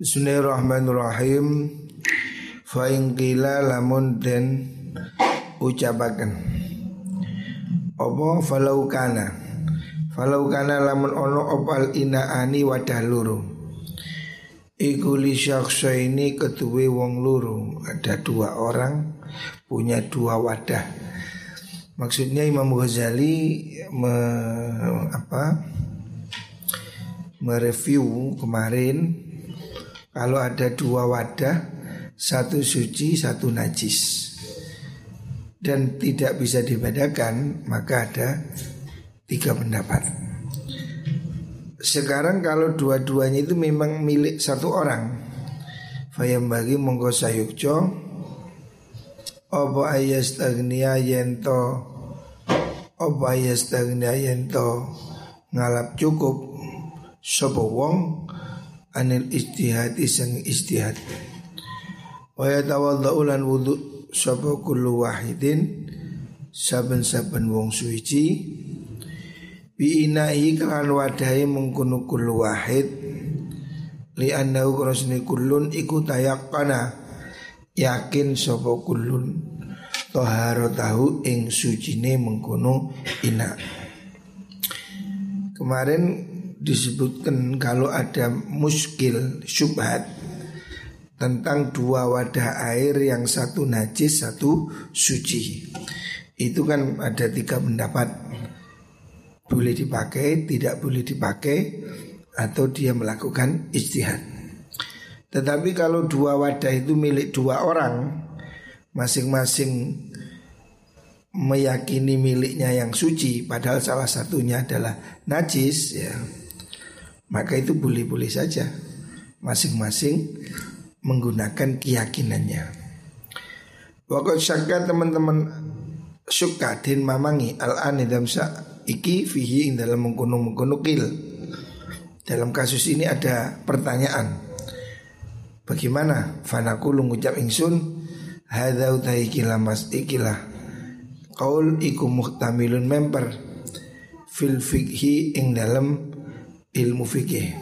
Bismillahirrahmanirrahim. Fa in qila lamun den ucapaken apa falau kana lamun ono opal inaani wadah luru iku li syakhsaini keduwe wong luru. Ada dua orang punya dua wadah. Maksudnya Imam Ghazali mereview kemarin kalau ada dua wadah, satu suci, satu najis, dan tidak bisa dibedakan, maka ada tiga pendapat. Sekarang kalau dua-duanya itu memang milik satu orang, fayam bagi monggo sayukjo opo ayastagnia yento ngalap cukup sopo wong anil istihadi sang istihad. Wa yatawaddau lan wudu sapa kullu wahidin saben-saben wong suci bi inahi kelan wadahi mengkono kullu wahid li annahu krasni kullun iku tayaqqana yakin sapa kullun taharatahu ing sucine mengkono ina. Kemarin disebutkan kalau ada muskil syubhat tentang dua wadah air yang satu najis satu suci, itu kan ada tiga pendapat, boleh dipakai, tidak boleh dipakai, atau dia melakukan ijtihad. Tetapi kalau dua wadah itu milik dua orang, masing-masing meyakini miliknya yang suci padahal salah satunya adalah najis, ya, maka itu boleh-boleh saja masing-masing menggunakan keyakinannya. Waktu syakka teman-teman syukka din mamangi al-ani dalam iki fihi ing dalam mengkono kil. Dalam kasus ini ada pertanyaan. Bagaimana? Fanaqulu ngucap ingsun hadza utaikilah mas ikilah qaul iku muhtamilun member fil fikhi ing dalam ilmu fikih.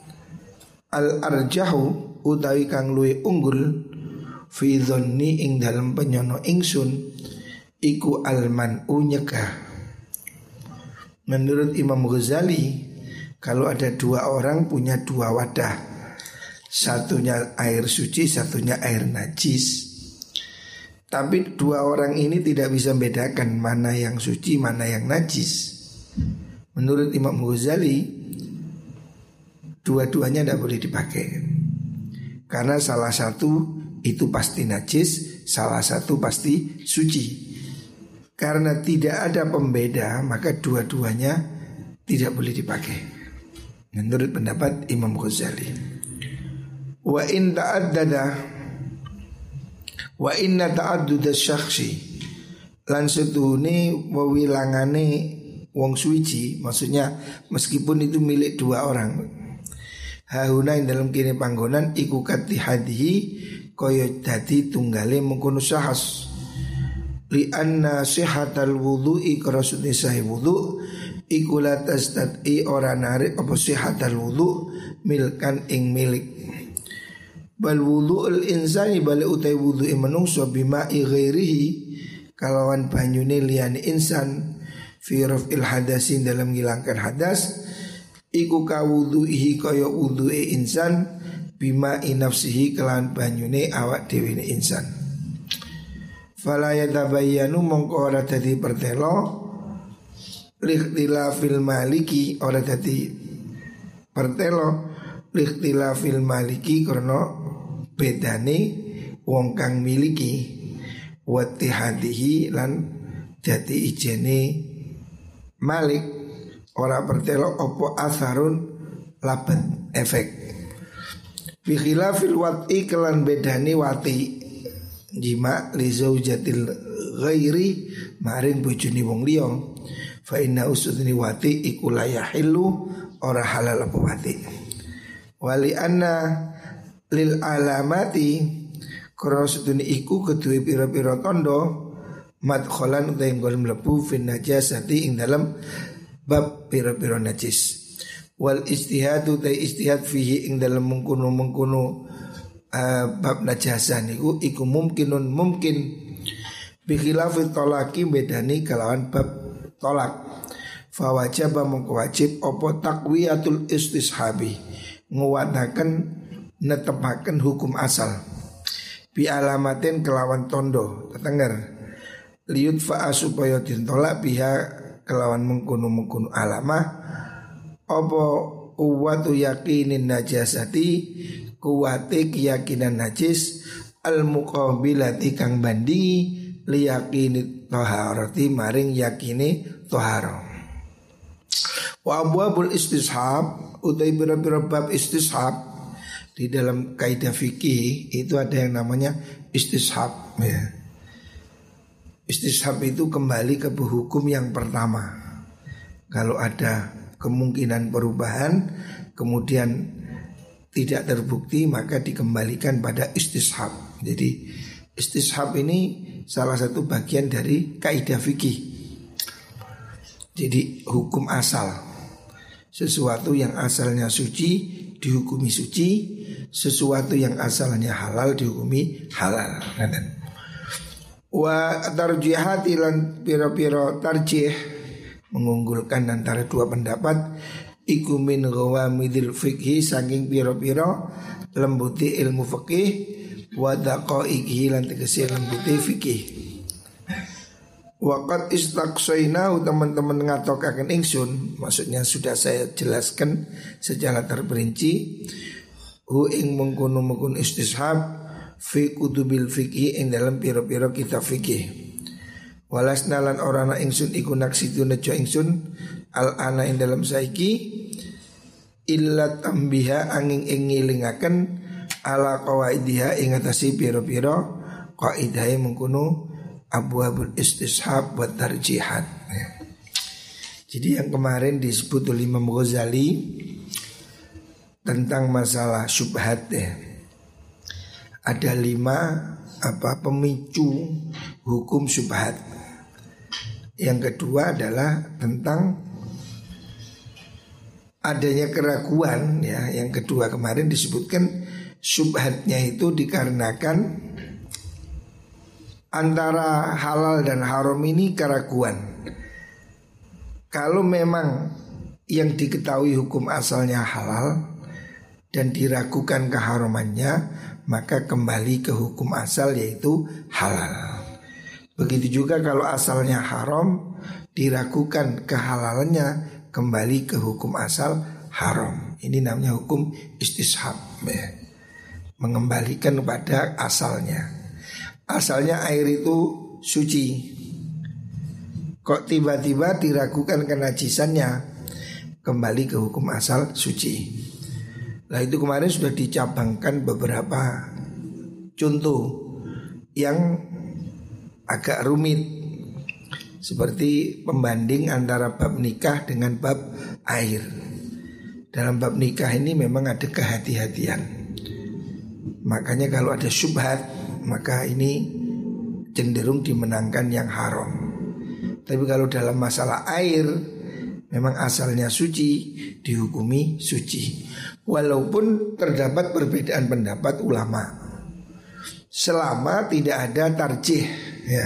Al-arjahu utawi kang luwih unggul fi dzanni ing dalem penyono ingsun iku al-man'u nyegah. Menurut Imam Ghazali, kalau ada dua orang punya dua wadah, satunya air suci, satunya air najis, tapi dua orang ini tidak bisa membedakan mana yang suci, mana yang najis. Menurut Imam Ghazali, dua-duanya tidak boleh dipakai karena salah satu itu pasti najis, salah satu pasti suci. Karena tidak ada pembeda, maka dua-duanya tidak boleh dipakai menurut pendapat Imam Ghazali. Wa inna ta'adduda syakhsi lan setune wewilangane wong suci, maksudnya meskipun itu milik dua orang, hauna ing dalam kene panggonan iku katihadihi kaya dadi tunggale mengkono sahas li anna sihhatal wudhu'i karasune sahih wudhu iku la tastati ora narik apa sihhatal wudhu milkan ing milik bal wudhu'ul insani bal utai wudhu'i manungsa bima'i ghairihi kalawan banyune liyane insan fi raf'il hadasin dalam ngilangkan hadas iku kawudhu'ihi kaya wudhu'e insan bima inafsihi kelan banyune awak dhewe insan. Fala yatabayyanu mongko ora dadi pertelo likhtilafil maliki ora dadi pertelo likhtilafil maliki karena bedane wong kang miliki wattihadihi lan dadi ijene malik ora pertelo opo asarun laban efek. Bi khilafil wat'i kelan bedani wati jima li zaujatil ghairi maring bojone wong liya. Fa inna usudni wati iku la yahillu ora halal apa wati. Wali anna lil alamati krasudune iku keduwe pira-pira tandha madkhalan utawa nggon mlebu fin najasati ing dalam bab pira-pira najis. Wal istihadu ta istihad fihi ing dalam mengkuno bab najasa niku iku mungkin bi khilafi tolaki bedani kalawan bab tolak. Fa wajaba mongko wajib apa taqwiyatul istishabi nguwataken netepaken hukum asal bi alamatin kelawan tondo tetenger liut fa supaya ditolak biha kelawan mengkuno alamah apa kuwatu yakinin najasati kuwate keyakinan najis al muqabilati kang bandingi liyakini taharati maring yakini tahara. Wa abwabul istishab utai bira-bira bab istishab di dalam kaidah fikih itu ada yang namanya istishab ya. Istishab itu kembali ke hukum yang pertama. Kalau ada kemungkinan perubahan kemudian tidak terbukti maka dikembalikan pada istishab. Jadi istishab ini salah satu bagian dari kaidah fikih. Jadi hukum asal. Sesuatu yang asalnya suci dihukumi suci, sesuatu yang asalnya halal dihukumi halal. Wa tarjihati lan pira-pira tarjih mengunggulkan antara dua pendapat iku min ghawamidil fikhi saking pira-pira lembuti ilmu fikih wa daqaiqi lan tegese lembuti fikih. Waqat istaqsaina teman-teman ngatokaken ingsun, maksudnya sudah saya jelaskan secara terperinci hu ing mengkono istishab fi kutubil fikih ing dalam pira-pira kitab fikih. Walasna lan orana ingsun iku naksitu nejo ingsun al ana ing dalam saiki illa tambiha angin ngilingaken ala qawaidiha ing atase pira-pira qaidahe mengkono abwabul istishab wa tarjihat. Jadi yang kemarin disebut oleh Imam Ghazali tentang masalah syubhat ya. Ada 5 pemicu hukum syubhat. Yang kedua adalah tentang adanya keraguan ya. Yang kedua kemarin disebutkan syubhatnya itu dikarenakan antara halal dan haram ini keraguan. Kalau memang yang diketahui hukum asalnya halal dan diragukan keharamannya, maka kembali ke hukum asal yaitu halal. Begitu juga kalau asalnya haram, diragukan kehalalannya, kembali ke hukum asal haram. Ini namanya hukum istishab ya. Mengembalikan kepada asalnya. Asalnya air itu suci, kok tiba-tiba diragukan kenajisannya, kembali ke hukum asal suci. Nah itu kemarin sudah dicabangkan beberapa contoh yang agak rumit, seperti pembanding antara bab nikah dengan bab air. Dalam bab nikah ini memang ada kehati-hatian. Makanya kalau ada syubhat maka ini cenderung dimenangkan yang haram. Tapi kalau dalam masalah air memang asalnya suci, dihukumi suci. Walaupun terdapat perbedaan pendapat ulama, selama tidak ada tarjih ya.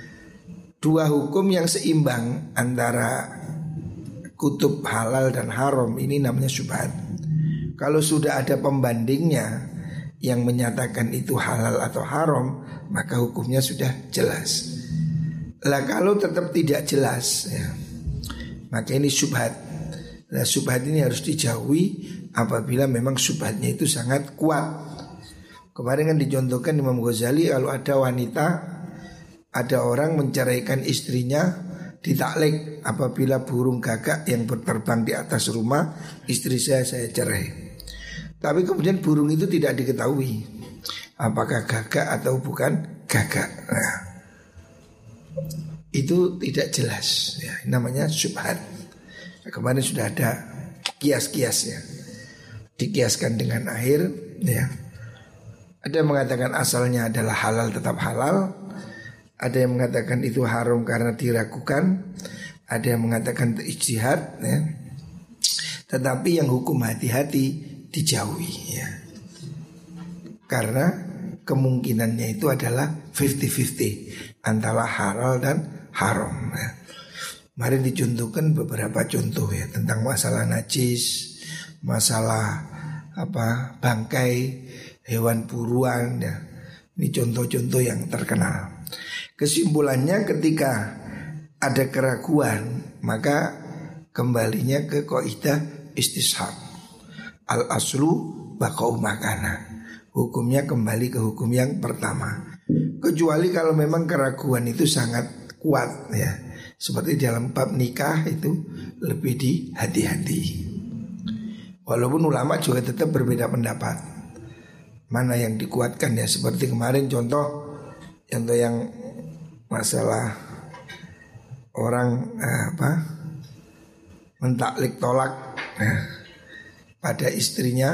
Dua hukum yang seimbang antara kutub halal dan haram ini namanya syubhat. Kalau sudah ada pembandingnya yang menyatakan itu halal atau haram, maka hukumnya sudah jelas. Lah kalau tetap tidak jelas ya, maka ini syubhat. Nah syubhat ini harus dijauhi apabila memang syubhatnya itu sangat kuat. Kemarin kan dicontohkan Imam Ghazali, kalau ada wanita, ada orang menceraikan istrinya, ditaklek apabila burung gagak yang berterbang di atas rumah, istri saya cerai. Tapi kemudian burung itu tidak diketahui apakah gagak atau bukan gagak. Nah, itu tidak jelas ya, namanya syubhat. Nah, kemarin sudah ada kias-kiasnya, dikiaskan dengan air ya. Ada yang mengatakan asalnya adalah halal tetap halal, ada yang mengatakan itu haram karena diragukan, ada yang mengatakan itu ijtihad ya. Tetapi yang hukum hati-hati dijauhi ya. Karena kemungkinannya itu adalah 50-50 antara halal dan haram ya. Mari dicontohkan beberapa contoh ya tentang masalah najis, masalah bangkai hewan buruan ya. Ini contoh-contoh yang terkenal. Kesimpulannya ketika ada keraguan maka kembalinya ke kaidah istishab. Al aslu baqa'u makana. Hukumnya kembali ke hukum yang pertama. Kecuali kalau memang keraguan itu sangat kuat ya. Seperti dalam bab nikah itu lebih dihati-hati. Walaupun ulama juga tetap berbeda pendapat. Mana yang dikuatkan ya. Seperti kemarin contoh yang masalah orang mentaklik tolak pada istrinya.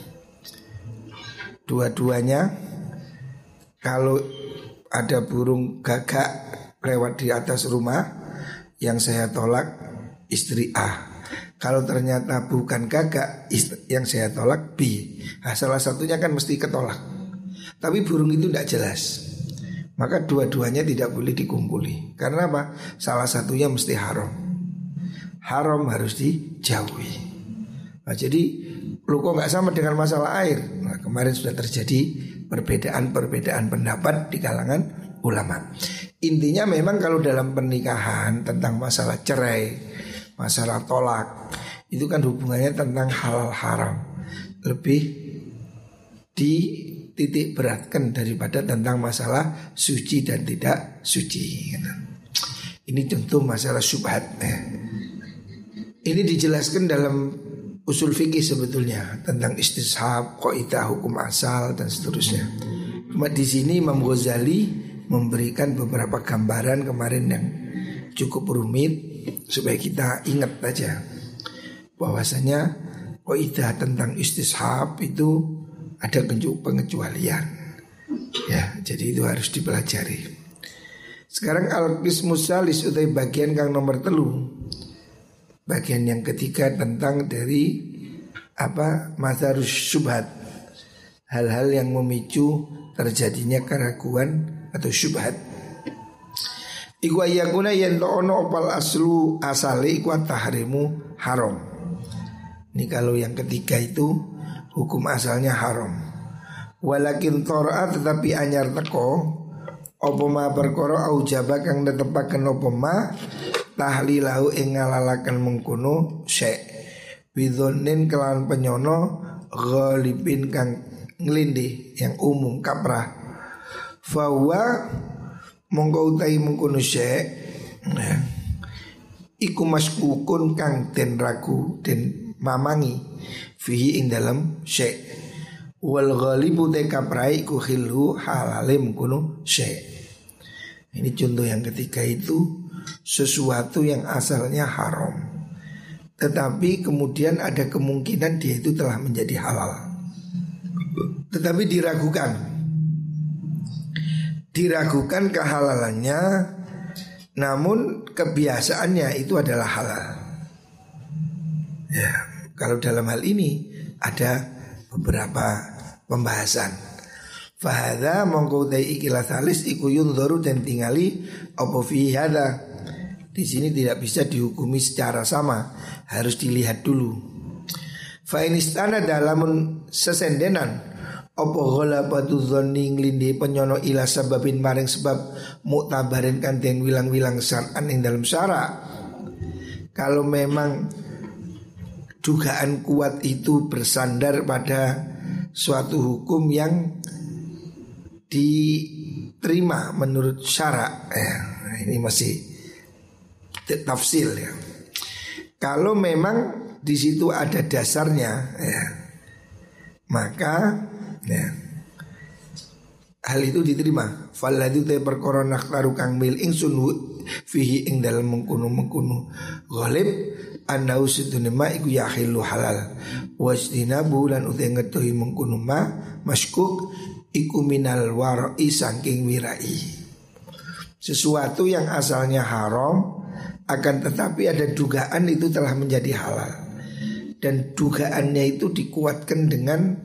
Dua-duanya kalau ada burung gagak lewat di atas rumah, yang saya tolak istri A. Kalau ternyata bukan gagak, yang saya tolak B. Nah, salah satunya kan mesti ketolak. Tapi burung itu tidak jelas. Maka dua-duanya tidak boleh dikumpuli. Karena apa? Salah satunya mesti haram. Haram harus dijauhi. Nah, jadi lu kok nggak sama dengan masalah air. Nah, kemarin sudah terjadi perbedaan pendapat di kalangan ulama. Intinya memang kalau dalam pernikahan tentang masalah cerai, masalah tolak, itu kan hubungannya tentang halal haram. Lebih dititik beratkan daripada tentang masalah suci dan tidak suci. Ini contoh masalah syubhat. Ini dijelaskan dalam usul fikih sebetulnya tentang istishab, qaidah hukum asal dan seterusnya. Cuma di sini Imam Ghazali memberikan beberapa gambaran kemarin yang cukup rumit supaya kita ingat aja bahwasanya qaidah tentang istishab itu ada pengecualian. Ya, jadi itu harus dipelajari. Sekarang al-qismus salis utai bagian kang nomor 3. Bagian yang ketiga tentang dari mazharus syubhat. Hal-hal yang memicu terjadinya keraguan atau syubhat. Iku ayakuna yen ono opal aslu asale iku tahrimu haram. Ini kalau yang ketiga itu hukum asalnya haram. Walakin tora tetapi anyar teko apa ma perkara aujaba kang netepaken apa ma tahlilahu ing ngalalaken mengkono syek bidhonin kelawan penyono ghalibin kang nglindih yang umum kaprah fawa mongko utahi mengkono syek iku maskukun kang den ragu den mamangi fihi ing dalam syek wal ghalibu te kaprai ku khilhu halale mengkono syek. Ini contoh yang ketiga itu sesuatu yang asalnya haram, tetapi kemudian ada kemungkinan dia itu telah menjadi halal, tetapi diragukan kehalalannya, namun kebiasaannya itu adalah halal. Ya, kalau dalam hal ini ada beberapa pembahasan. Fahadha mongko dai ikilah salis iku yunzaru dan tingali apa fi hada. Di sini tidak bisa dihukumi secara sama, harus dilihat dulu. Fa inistana dalamun sesendenan apa ghalabatu dzanni nglindi penyono ila sababin maring sebab muktabarin kan den wilang-wilang syar'an ing dalam syarak. Kalau memang dugaan kuat itu bersandar pada suatu hukum yang diterima menurut syarak ini masih tafsil ya. Kalau memang di situ ada dasarnya ya, maka ya, hal itu diterima. Falladhu te perkara naktaru kang mil ingsun fihi ing dalem mengkono ghalib anau sedune ma iku yahilu halal wasdinabu lan uti ngetuhi mengkono ma maskuk iku minal wara'i saking wirai. Sesuatu yang asalnya haram akan tetapi ada dugaan itu telah menjadi halal. dan dugaannya itu dikuatkan dengan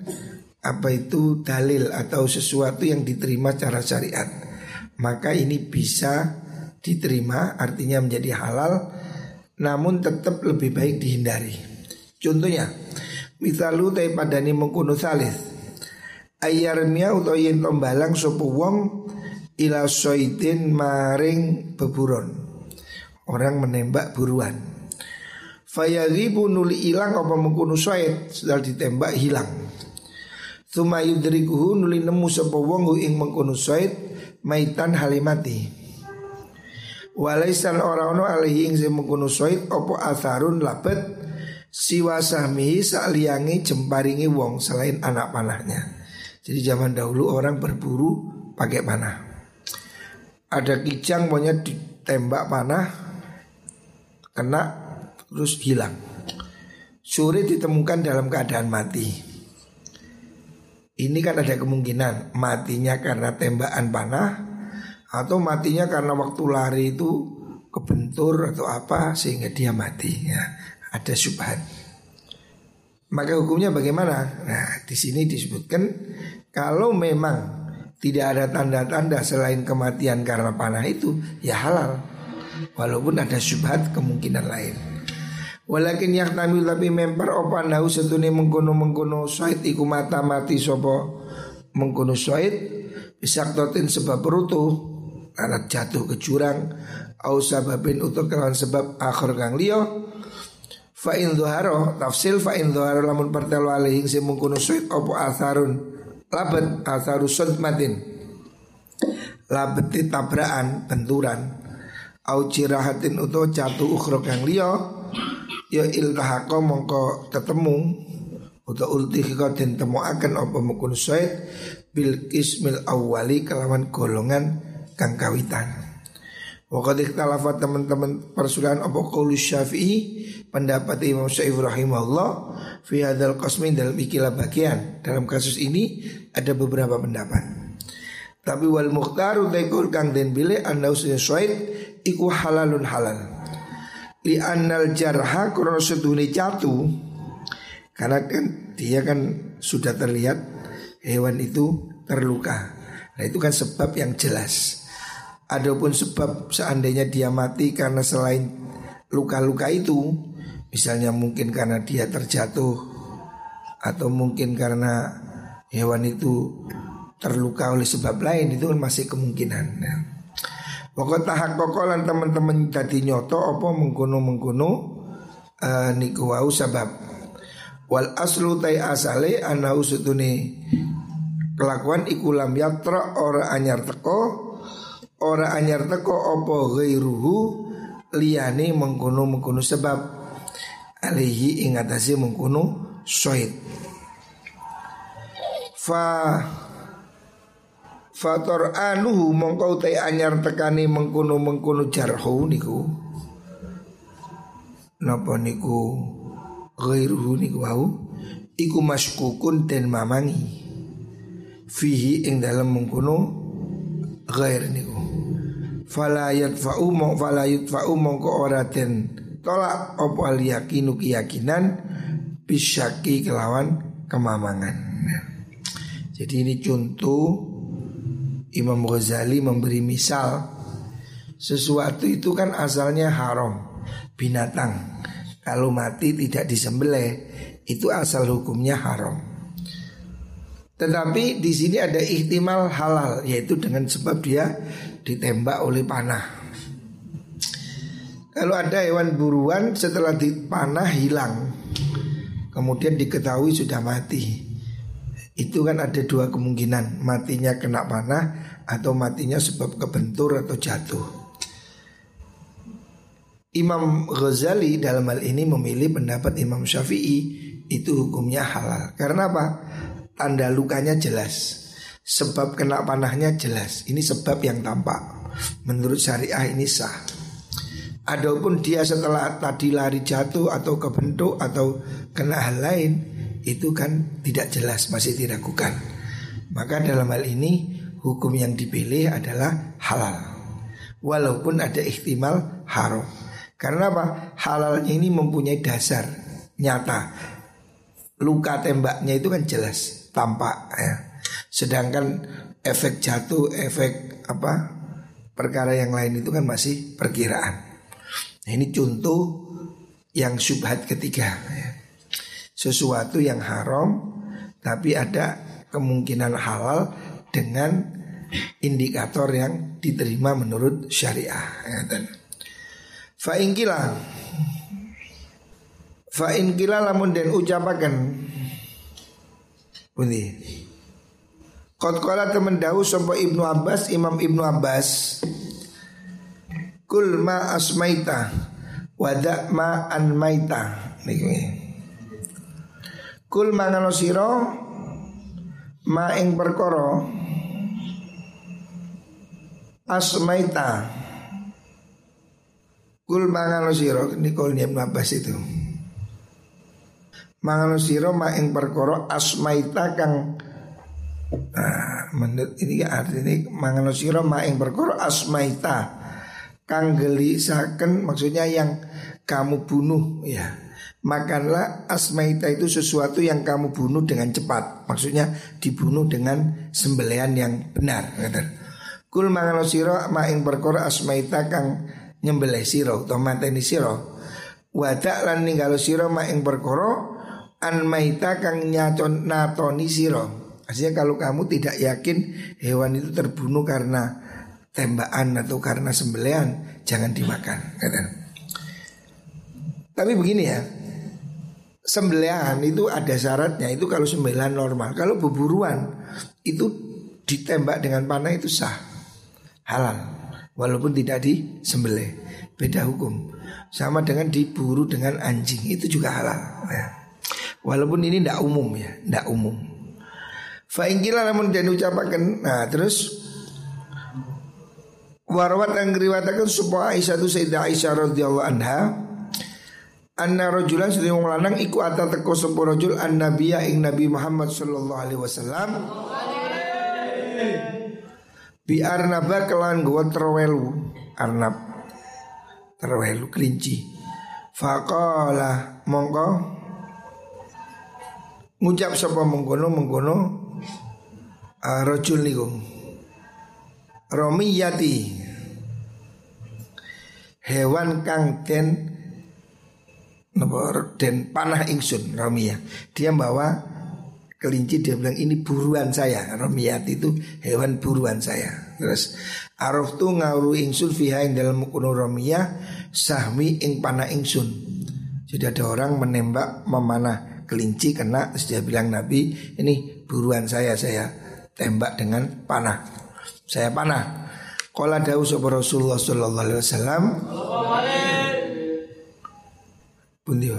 dalil atau sesuatu yang diterima secara syariat, maka ini bisa diterima, artinya menjadi halal, namun tetap lebih baik dihindari. Contohnya, misalu tay padani mengkuno salis ayarmia utawa yen tombalang sapa wong ila soidin maring beburon, orang menembak buruan. Fayaghibu nuli ilang apa mengkuno soid, setelah ditembak hilang. Tsumma yudrikuhu nuli nemu sapa wong ing mengkono soid maitan halimati. Walaisan ora ono alaihi ing sing mengkono soid apa atharun labet siwa sahmihi saliyange jemparingi wong selain anak panahnya. Jadi zaman dahulu orang berburu pakai panah. Ada kijang maunya ditembak panah, kena terus hilang. Sore ditemukan dalam keadaan mati. Ini kan ada kemungkinan matinya karena tembakan panah atau matinya karena waktu lari itu kebentur atau apa sehingga dia mati. Ya, ada syubhat. Maka hukumnya bagaimana? Nah, di sini disebutkan kalau memang tidak ada tanda-tanda selain kematian karena panah itu, ya halal. Walaupun ada syubhat kemungkinan lain. Walakin yaktamil tapi memper opa nahu setune mengkono soid iku mata mati sopo mengkono soid bisaktotin sebab perutuh alat jatuh ke jurang au sababin utuk kelawan sebab akhir kang liya fa in dhuharo tafsil fa in dhuharo lamun pertelo alih sing mengkono soid opa atharun labet atharu sudmatin labet tabrakan benturan au cirahatin utuk jatuh ukhra kang liya ya iltahaqo mongko ketemu atau ultihiqa den temuaken apa mukun soid bil ismil awwali kelawan golongan kang kawitan. Wa qad ikhtalafa teman-teman persulan apa qaul Syafi'i pendapat Imam Syafi'i rahimahullah fi hadzal qasmi dalam ikilah bagian. Dalam kasus ini ada beberapa pendapat. Tapi wal mukhtaru taikul kang den bilih anna soid iku halalun halal. Li annal jarha krono sedune jatuh, karena kan dia kan sudah terlihat hewan itu terluka. Nah itu kan sebab yang jelas. Adapun sebab seandainya dia mati karena selain luka-luka itu, misalnya mungkin karena dia terjatuh atau mungkin karena hewan itu terluka oleh sebab lain, itu kan masih kemungkinan. Nah, pokok tahak kokolan teman-teman tadi nyoto apa mengkono niku wau sabab wal aslu tai asale ana usutune kelakuan iku lam yatra ora anyar teko apa ghairuhu liyane mengkono sebab alihi ing atase mengkono soid Fator anuhu mongkau tay anyar tekani mengkono jarhu niku napa niku ghairuhu niku wau iku maskukun den mamangi fihi ing dalam mengkono ghair niku fala yadfa'u mongko ora den tolak apa al yakinu keyakinan bisyaki kelawan kemamangan. Jadi ini contoh Imam Ghazali memberi misal sesuatu itu kan asalnya haram, binatang kalau mati tidak disembelih itu asal hukumnya haram. Tetapi di sini ada ihtimal halal, yaitu dengan sebab dia ditembak oleh panah. Kalau ada hewan buruan setelah dipanah hilang, kemudian diketahui sudah mati, itu kan ada dua kemungkinan, matinya kena panah atau matinya sebab kebentur atau jatuh. Imam Ghazali dalam hal ini memilih pendapat Imam Syafi'i, itu hukumnya halal. Karena apa? Tanda lukanya jelas, sebab kena panahnya jelas. Ini sebab yang tampak. Menurut syariah ini sah. Adapun dia setelah tadi lari jatuh atau kebentuk atau kena hal lain, itu kan tidak jelas, masih diragukan. Maka dalam hal ini hukum yang dipilih adalah halal, walaupun ada ihtimal haram. Karena apa? Halalnya ini mempunyai dasar. nyata. Luka tembaknya itu kan jelas, tampak ya. Sedangkan efek jatuh, efek perkara yang lain itu kan masih perkiraan. Nah, ini contoh yang syubhat ketiga ya. Sesuatu yang haram tapi ada kemungkinan halal dengan indikator yang diterima menurut syariah ya. Fa in kila lamun den ucapaken pundi qad qala temen dawuh sapa Ibnu Abbas, Imam Ibnu Abbas, kul ma asmaita wada ma anmaita niki. Kul mangano sira ma ing perkara asmaita. Kul mangano sira nikol Ibnu Abbas itu. Mangano sira ma ing perkara asmaita kang menurut ini artinya mangano sira ma ing perkara asmaita kang gelisaken, maksudnya yang kamu bunuh ya. Makanlah asmaita itu sesuatu yang kamu bunuh dengan cepat, maksudnya dibunuh dengan sembelihan yang benar. Kul mangano sira ma ing perkara asmaita kang nyembelih sira utawa mateni sira. Wadak lan ninggalo sira ma ing perkara anmaita kang natoni sira. Artinya kalau kamu tidak yakin hewan itu terbunuh karena tembakan atau karena sembelihan, jangan dimakan. Tapi begini ya, sembelihan itu ada syaratnya. Itu kalau sembelihan normal. Kalau beburuan itu ditembak dengan panah itu sah, halal, walaupun tidak disembelih. Beda hukum. Sama dengan diburu dengan anjing, itu juga halal ya. Walaupun ini tidak umum ya, tidak umum. Fa ingkila namun dan ucapaken. Nah terus warawat yang riwayataken supaya Aisyah tu Sayyidah Aisyah radhiyallahu anha anna rajulan sedaya wong lanang iku ata teko sapa rajul annabiyya ing Nabi Muhammad sallallahu alaihi wasallam bi arnaba kelan gowo terwelu. Arnab terwelu kelinci. Faqala mongko ngucap sapa mengkono rajul niku romiyati, hewan kang den panah ingsun. Romiyah, dia bawa kelinci, dia bilang ini buruan saya. Romiyat itu hewan buruan saya. Terus araf tu ngawru ingsun fiha ing dalam mukunu romiyah sahmi ing panah ingsun. Jadi ada orang menembak memanah kelinci kena, terus dia bilang Nabi ini buruan saya tembak dengan panah, saya panah. Qala dawu sapa Rasulullah sallallahu alaihi wasallam pundio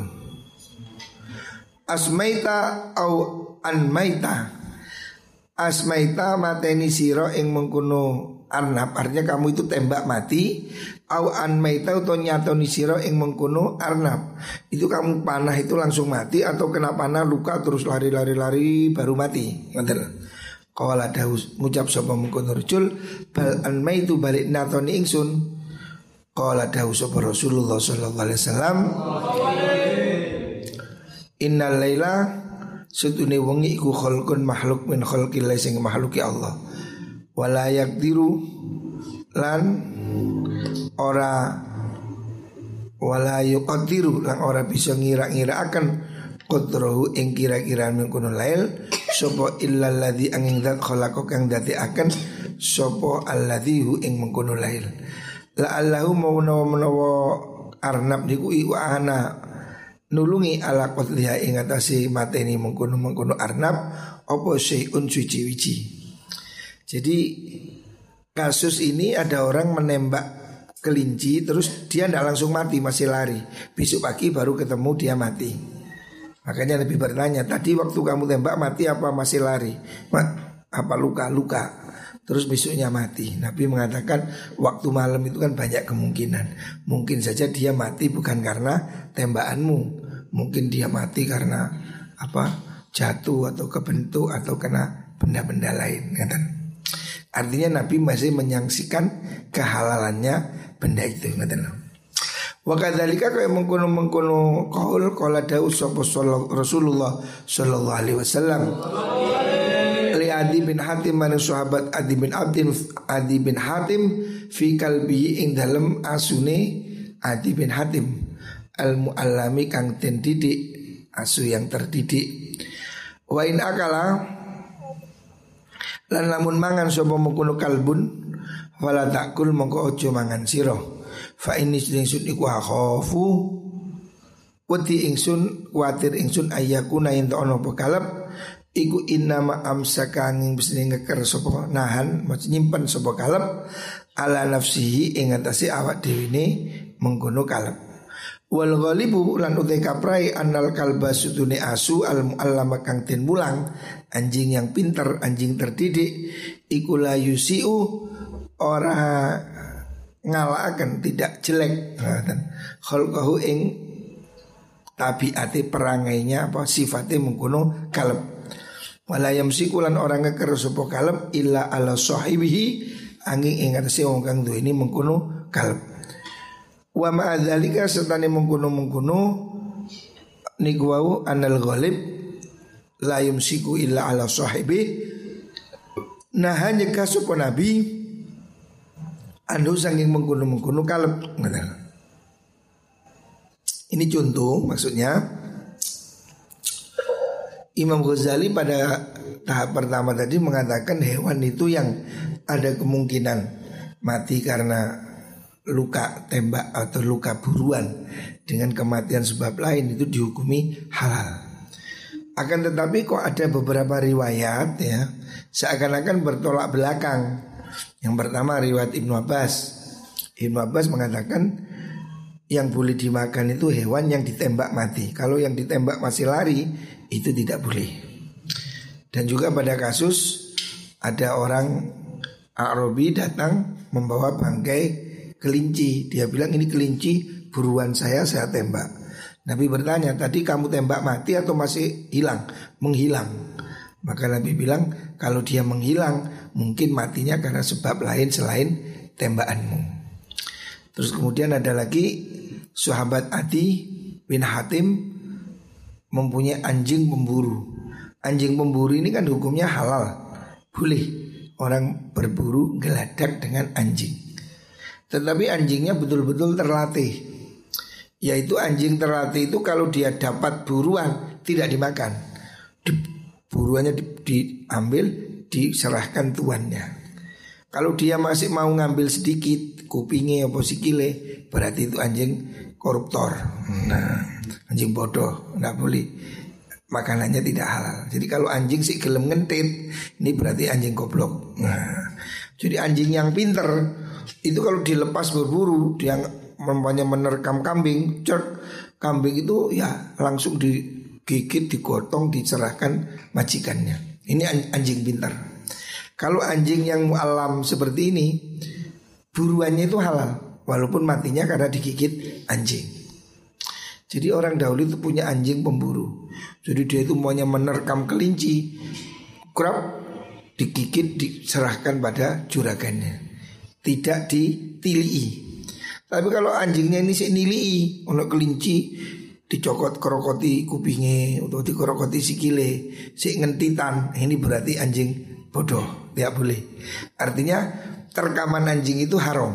asmaita au anmaita. Asmaita mateni sira ing mengkono arnab, artinya kamu itu tembak mati. Au anmaita atau nyatoni sira ing mengkono arnab, itu kamu panah itu langsung mati atau kena panah luka terus lari baru mati. Ngoten. Qala daus ngucap sapa mengkono rajul bal anmaitu balik natoni ingsun. Qala daus sapa Rasulullah sallallahu alaihi wasallam innal laila sedune wengi iku khalqun makhluk min khalqillah sing makhluki Allah. Wala yaqdiru lan ora wala yuqaddiru lan ora bisa ngira-ngira akan qadrahu ing kira-kira mengkono lail sapa illal ladzi angin zat khalaqo kang dadi akan sapa alladzi hu ing mengkono lail. La allahu menawa arnab niku wa ana nulungi ala qatliha ing atase mateni mengkono arnab apa syai'un suci-wici. Jadi kasus ini ada orang menembak kelinci terus dia tidak langsung mati, masih lari. Besok pagi baru ketemu dia mati. Makanya Nabi bertanya, tadi waktu kamu tembak mati apa masih lari? Apa luka? Terus besoknya mati. Nabi mengatakan waktu malam itu kan banyak kemungkinan. Mungkin saja dia mati bukan karena tembakanmu, mungkin dia mati karena jatuh atau kebentuk atau kena benda-benda lain. Artinya Nabi masih menyaksikan kehalalannya benda itu. Wa kadzalika kaya mengkono-mengkono qaul qala dawu sapa Rasulullah sallallahu alaihi wasallam li Adi bin Hatim man sahabat Adi bin Hatim fi kalbi ing dalem asune Adi bin Hatim al muallami kang den didik, asu yang terdidik. Wa in akala lan lamun mangan sapa mengkono kalbun wala takul mongko aja mangan sira. Fa ini ingsun iku akhafu wedi ingsun kuatir ingsun ayakuna yen ono apa kalep iku innama amsaka angin bisne ngeker sapa nahan maksud nyimpen sapa kalep ala nafsihi ing atase awak dhewe ne mengkono kalep. Wal ghalibu lan utai kaprai annal kalba sutune asu al muallama kang den mulang, anjing yang pinter, anjing terdidik iku la yusiu ora ngalakaken tidak jelek khalqahu ing tabiate perangainya apa sifate mengkono kalep. Wala yamsiku lan orang ngeker sapa kalep illa ala sahibihi angin ing atase wong kang duwe ini mengkono kalep. Wa ma'adzalika sertane mengkono-mengkono niku wau anal ghalib la yumsiku illa ala sahibi. Nah hanya kasupun nabi anu saking mengkono-mengkono kalep. Ini contoh, maksudnya Imam Ghazali pada tahap pertama tadi mengatakan hewan itu yang ada kemungkinan mati karena luka tembak atau luka buruan dengan kematian sebab lain itu dihukumi halal. Akan tetapi kok ada beberapa riwayat ya seakan-akan bertolak belakang. Yang pertama riwayat Ibnu Abbas. Ibnu Abbas mengatakan yang boleh dimakan itu hewan yang ditembak mati. Kalau yang ditembak masih lari itu tidak boleh. Dan juga pada kasus ada orang Arabi datang membawa bangkai kelinci. Dia bilang ini kelinci buruan saya tembak. Nabi bertanya, tadi kamu tembak mati atau masih hilang? Menghilang. Maka Nabi bilang kalau dia menghilang mungkin matinya karena sebab lain selain tembakanmu. Terus kemudian ada lagi sahabat Adi bin Hatim mempunyai anjing pemburu. Anjing pemburu ini kan hukumnya halal. Boleh orang berburu geladak dengan anjing. Tetapi anjingnya betul-betul terlatih. Yaitu anjing terlatih itu kalau dia dapat buruan tidak dimakan. Buruannya diambil, diserahkan tuannya. Kalau dia masih mau ngambil sedikit, kupingnya apa sikile, berarti itu anjing koruptor. Nah, anjing bodoh, nggak boleh. Makanannya tidak halal. Jadi kalau anjing sih gelem ngentit, ini berarti anjing goblok. Nah, jadi anjing yang pinter itu kalau dilepas berburu, dia mempunyai menerkam kambing, kambing itu ya langsung digigit, digotong, diserahkan majikannya. Ini anjing pintar. Kalau anjing yang mu'allam seperti ini, buruannya itu halal, walaupun matinya karena digigit anjing. Jadi orang dahulu itu punya anjing pemburu. Jadi dia itu maunya menerkam kelinci, kerap digigit, diserahkan pada juragannya, tidak ditilii. Tapi kalau anjingnya ini sih nilii, ono kelinci dicokot kerokoti kupingnya atau dikerokoti sikile, si ngentitan, ini berarti anjing bodoh, tidak boleh. Artinya terkaman anjing itu haram.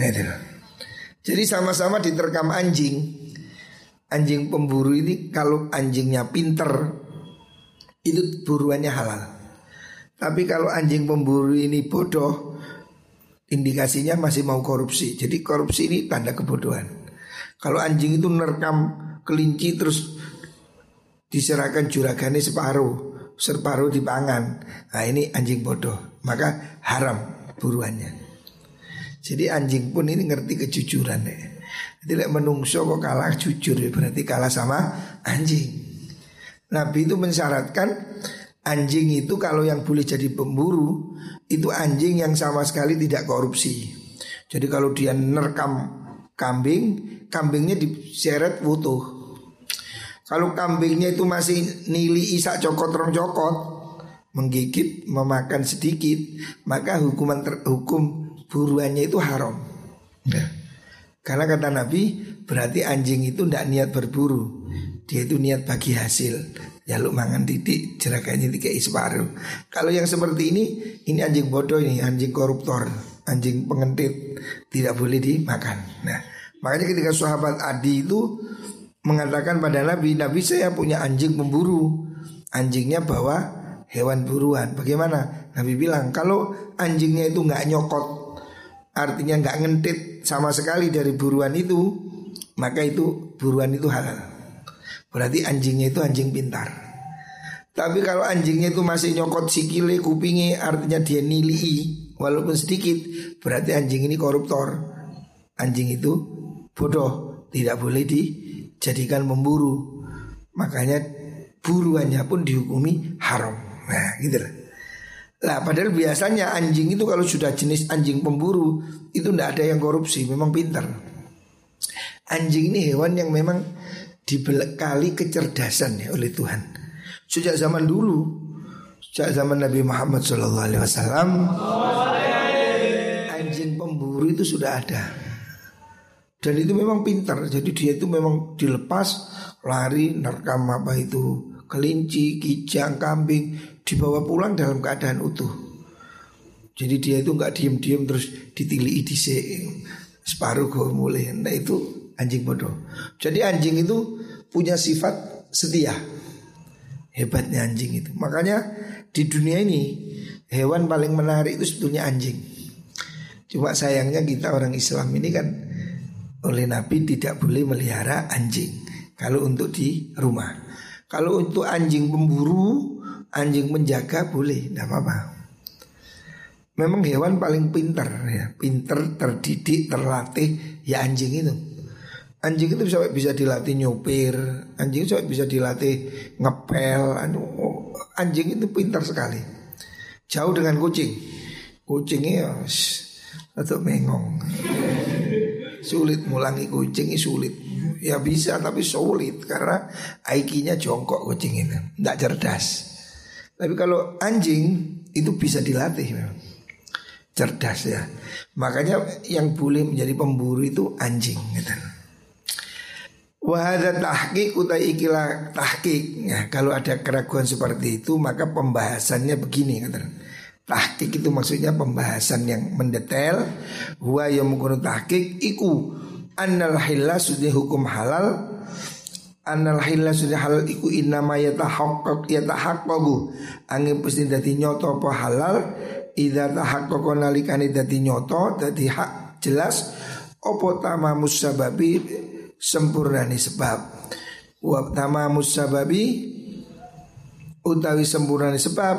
Jadi sama-sama diterkam anjing. Anjing pemburu ini kalau anjingnya pinter itu buruannya halal. Tapi kalau anjing pemburu ini bodoh, indikasinya masih mau korupsi. Jadi korupsi ini tanda kebodohan. Kalau anjing itu nerekam kelinci terus diserahkan juragannya separuh dipangan, nah ini anjing bodoh, maka haram buruannya. Jadi anjing pun ini ngerti kejujuran ya. Tidak menungso kok kalah jujur ya, berarti kalah sama anjing. Nabi itu mensyaratkan anjing itu kalau yang boleh jadi pemburu itu anjing yang sama sekali tidak korupsi. Jadi kalau dia nerekam kambingnya diseret utuh. Kalau kambingnya itu masih nili isak cokot rong cokot, menggigit, memakan sedikit, maka hukum buruannya itu haram. Karena kata Nabi, berarti anjing itu tidak niat berburu, dia itu niat bagi hasil. Jaluk mangan titik, jerakannya dikai separuh. Kalau yang seperti ini anjing bodoh, ini anjing koruptor, anjing pengentit, tidak boleh dimakan. Nah, makanya ketika sahabat Adi itu mengatakan pada Nabi, Nabi saya punya anjing pemburu, anjingnya bawa hewan buruan. Bagaimana? Nabi bilang kalau anjingnya itu nggak nyokot, artinya nggak ngentit sama sekali dari buruan itu, maka itu buruan itu halal. Berarti anjingnya itu anjing pintar. Tapi kalau anjingnya itu masih nyokot sikile, kupingi, artinya dia nilii walaupun sedikit, berarti anjing ini koruptor. Anjing itu bodoh, tidak boleh dijadikan pemburu. Makanya buruannya pun dihukumi haram. Nah gitu lah. Lah padahal biasanya anjing itu kalau sudah jenis anjing pemburu itu tidak ada yang korupsi, memang pintar. Anjing ini hewan yang memang dibekali kecerdasan ya oleh Tuhan. Sejak zaman dulu, sejak zaman Nabi Muhammad SAW, anjing pemburu itu sudah ada. Dan itu memang pintar. Jadi dia itu memang dilepas lari, nerkam apa itu kelinci, kijang, kambing, dibawa pulang dalam keadaan utuh. Jadi dia itu nggak diem-diem terus ditilii separuh gue mulai. Nah itu anjing bodoh. Jadi anjing itu punya sifat setia. Hebatnya anjing itu. Makanya di dunia ini hewan paling menarik itu sebetulnya anjing. Cuma sayangnya kita orang Islam ini kan oleh Nabi tidak boleh melihara anjing kalau untuk di rumah. Kalau untuk anjing pemburu, anjing penjaga boleh, tidak apa-apa. Memang hewan paling pintar ya, pintar, terdidik, terlatih ya anjing itu. Anjing itu bisa dilatih nyopir, anjing itu bisa dilatih ngepel. Anjing itu pintar sekali. Jauh dengan kucing. Kucingnya atau mengong. Sulit mulangi kucing, sulit. Ya bisa tapi sulit karena IQ-nya jongkok kucing itu, tidak cerdas. Tapi kalau anjing itu bisa dilatih memang. Cerdas ya. Makanya yang boleh menjadi pemburu itu anjing gitu. Wa hadza tahqiq utai ikilah tahqiq. Ya, kalau ada keraguan seperti itu maka pembahasannya begini kata. Tahqiq itu maksudnya pembahasan yang mendetail. Wa yang mengkono tahqiq iku annal hilal sudah hukum halal. Annal hilal sudah halal iku innama yatahaqqaqu angin pasti dadi nyoto apa halal idza tahaqqaqa nalikane dadi nyoto dadi hak jelas apa tamamus sababi sempurnane sebab. Wa tamamus sababi utawi sempurnane sebab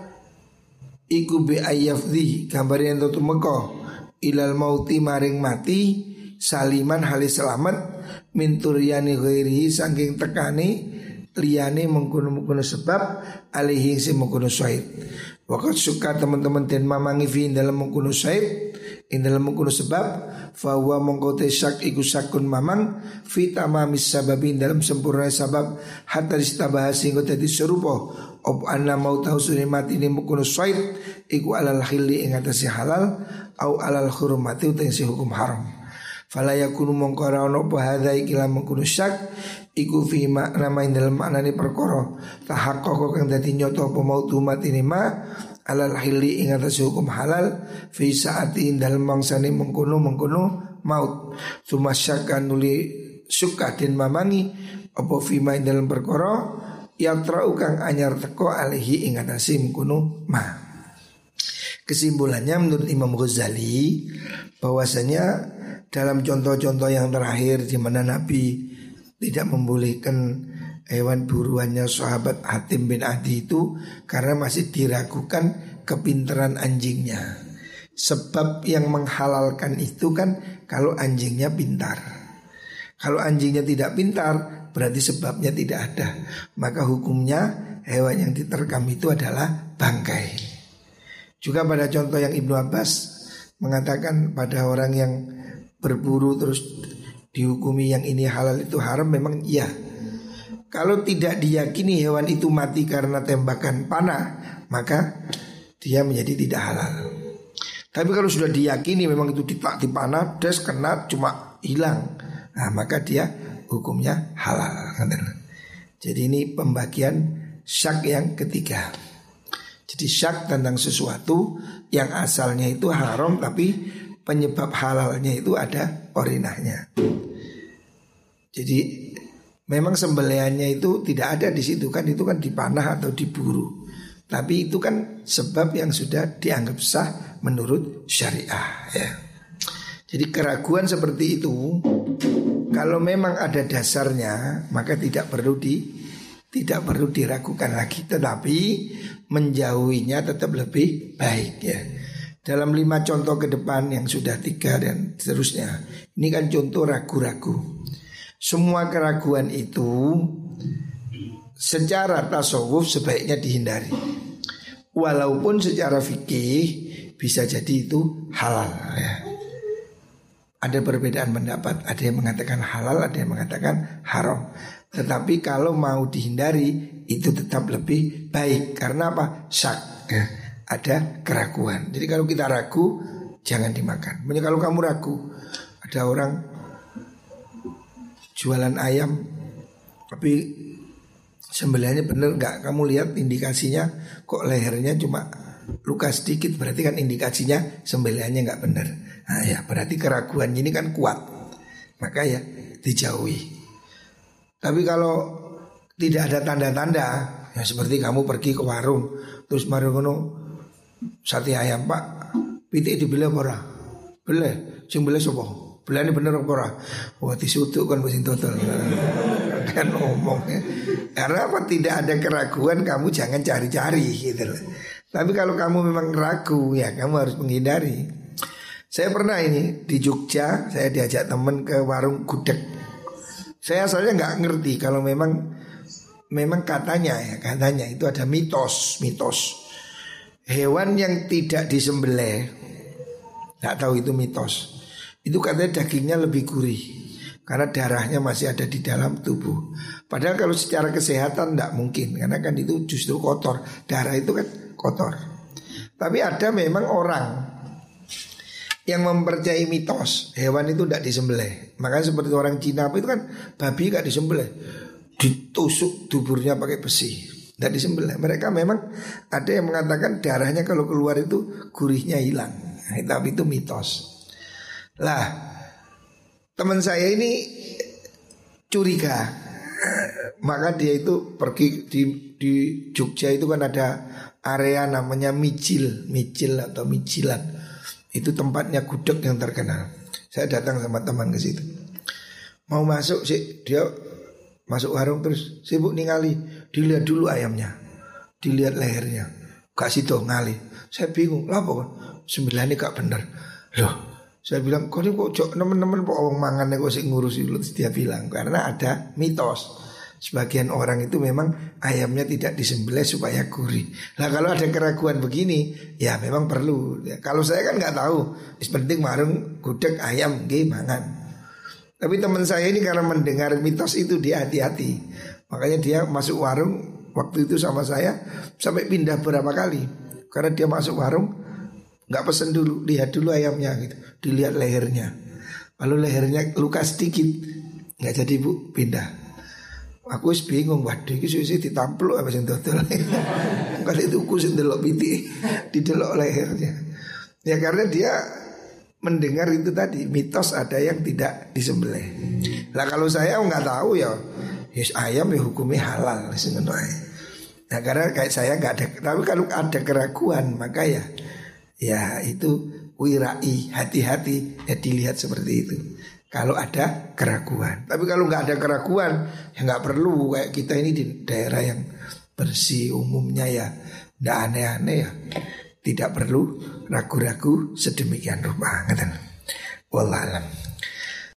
iku bi ayyafdhi gambare ento tumeka ilal mauti maring mati saliman halis selamat min turyani ghairihi saking tekane liyane mengkono-mengkono sebab alihi sing mengkono syahid. Waqat suka teman-teman den mamangi fi dalam mengkono syahid ing dalam mengkono sebab fa huwa mongko te syak iku sakun mamang fi tamamis sababi dalam sempurna sebab hatta istabah sing dadi serupa op anna mau tahu sunni mati ni mengkono syahid iku alal khilli ing atase halal au alal hurmati utawa sing hukum haram. Fala yakunu mongko ora ono apa hadza ikilah mengkono syak iku fi makna main dalam maknane perkara tahaqqaq kang dadi nyoto apa mautu matine ma alal hilli ing atas hukum halal fi saati dalam mangsane mengkono maut sumasyakan nuli suka den mamangi apa fi main dalam perkara yang trau kang anyar teko alihi ing atase mengkono ma. Kesimpulannya menurut Imam Ghazali bahwasanya dalam contoh-contoh yang terakhir di mana Nabi tidak membolehkan hewan buruannya sahabat Hatim bin Adi itu karena masih diragukan kepintaran anjingnya. Sebab yang menghalalkan itu kan kalau anjingnya pintar. Kalau anjingnya tidak pintar berarti sebabnya tidak ada. Maka hukumnya hewan yang diterkam itu adalah bangkai. Juga pada contoh yang Ibnu Abbas mengatakan pada orang yang berburu terus dihukumi yang ini halal itu haram, memang iya. Kalau tidak diyakini hewan itu mati karena tembakan panah, maka dia menjadi tidak halal. Tapi kalau sudah diyakini memang itu dipanah, des kena cuma hilang, Nah, maka dia hukumnya halal. Jadi ini pembagian syak yang ketiga. Jadi syak tentang sesuatu yang asalnya itu haram tapi penyebab halalnya itu ada orinahnya. Jadi memang sembelihannya itu tidak ada di situ kan, itu kan dipanah atau diburu. Tapi itu kan sebab yang sudah dianggap sah menurut syariah ya. Jadi keraguan seperti itu kalau memang ada dasarnya maka tidak perlu diragukan lagi, tetapi menjauhinya tetap lebih baik ya. Dalam 5 contoh ke depan yang sudah 3 dan seterusnya, ini kan contoh ragu-ragu. Semua keraguan itu secara tasawuf sebaiknya dihindari. Walaupun secara fikih bisa jadi itu halal ya. Ada perbedaan pendapat, ada yang mengatakan halal, ada yang mengatakan haram. Tetapi kalau mau dihindari itu tetap lebih baik. Karena apa? Syak ya. Ada keraguan. Jadi kalau kita ragu jangan dimakan. Makanya kalau kamu ragu, ada orang jualan ayam tapi sembelihannya bener nggak? Kamu lihat indikasinya kok lehernya cuma luka sedikit, berarti kan indikasinya sembelihannya nggak bener. Nah ya berarti keraguan ini kan kuat, maka ya dijauhi. Tapi kalau tidak ada tanda-tanda, ya seperti kamu pergi ke warung terus mari ngono sate ayam Pak, pitik dibeli apa ora? Beli, sing beli sapa? Belane bener apa ora? Wah disutuk kan mesin total. Kan ngomong ya. Karena apa? Tidak ada keraguan, kamu jangan cari-cari gitu loh. Tapi kalau kamu memang ragu ya kamu harus menghindari. Saya pernah ini di Jogja, saya diajak temen ke warung gudeg. Saya asalnya nggak ngerti kalau memang katanya itu ada mitos. Hewan yang tidak disembelih, nggak tahu itu mitos. Itu katanya dagingnya lebih gurih karena darahnya masih ada di dalam tubuh. Padahal kalau secara kesehatan tidak mungkin, karena kan itu justru kotor. Darah itu kan kotor. Tapi ada memang orang yang mempercayai mitos hewan itu tidak disembelih. Makanya seperti orang Cina itu kan babi gak disembelih, ditusuk tuburnya pakai besi, tidak disembelih. Mereka memang ada yang mengatakan darahnya kalau keluar itu gurihnya hilang. Tapi itu mitos. Lah teman saya ini curiga, maka dia itu pergi di Jogja itu kan ada area namanya Micil atau Micilan. Itu tempatnya gudeg yang terkenal. Saya datang sama teman ke situ. Mau masuk sih, dia masuk warung terus sibuk ningali, dilihat dulu ayamnya, dilihat lehernya, gak situ ngali. Saya bingung, lah kok sembilannya gak bener. Loh, saya bilang kok nemen-nemen kok orang mangannya kok sih ngurus dulu. Dia bilang karena ada mitos. Sebagian orang itu memang ayamnya tidak disembelih supaya gurih. Nah kalau ada keraguan begini, ya memang perlu. Ya, kalau saya kan nggak tahu, penting warung gudeg ayam mangan. Tapi teman saya ini karena mendengar mitos itu dia hati-hati. Makanya dia masuk warung waktu itu sama saya sampai pindah berapa kali. Karena dia masuk warung nggak pesen dulu, lihat dulu ayamnya gitu, dilihat lehernya. Lalu lehernya luka sedikit, nggak jadi bu, pindah. Aku wis bingung, waduh iki suwe ditampluk apa sing dodol. Kali itu aku sing delok pitik, didelok lehernya. Ya karena dia mendengar itu tadi mitos ada yang tidak disembelih. Lah kalau saya nggak tahu ya, yes, ayam ya hukumnya halal sing ngono ae. Nah karena kayak saya nggak ada, tapi kalau ada keraguan maka ya itu wirai, hati-hati ya dilihat seperti itu. Kalau ada keraguan. Tapi kalau nggak ada keraguan ya nggak perlu. Kayak kita ini di daerah yang bersih umumnya ya nggak aneh-aneh ya. Tidak perlu ragu-ragu sedemikian rupa. Wallahualam.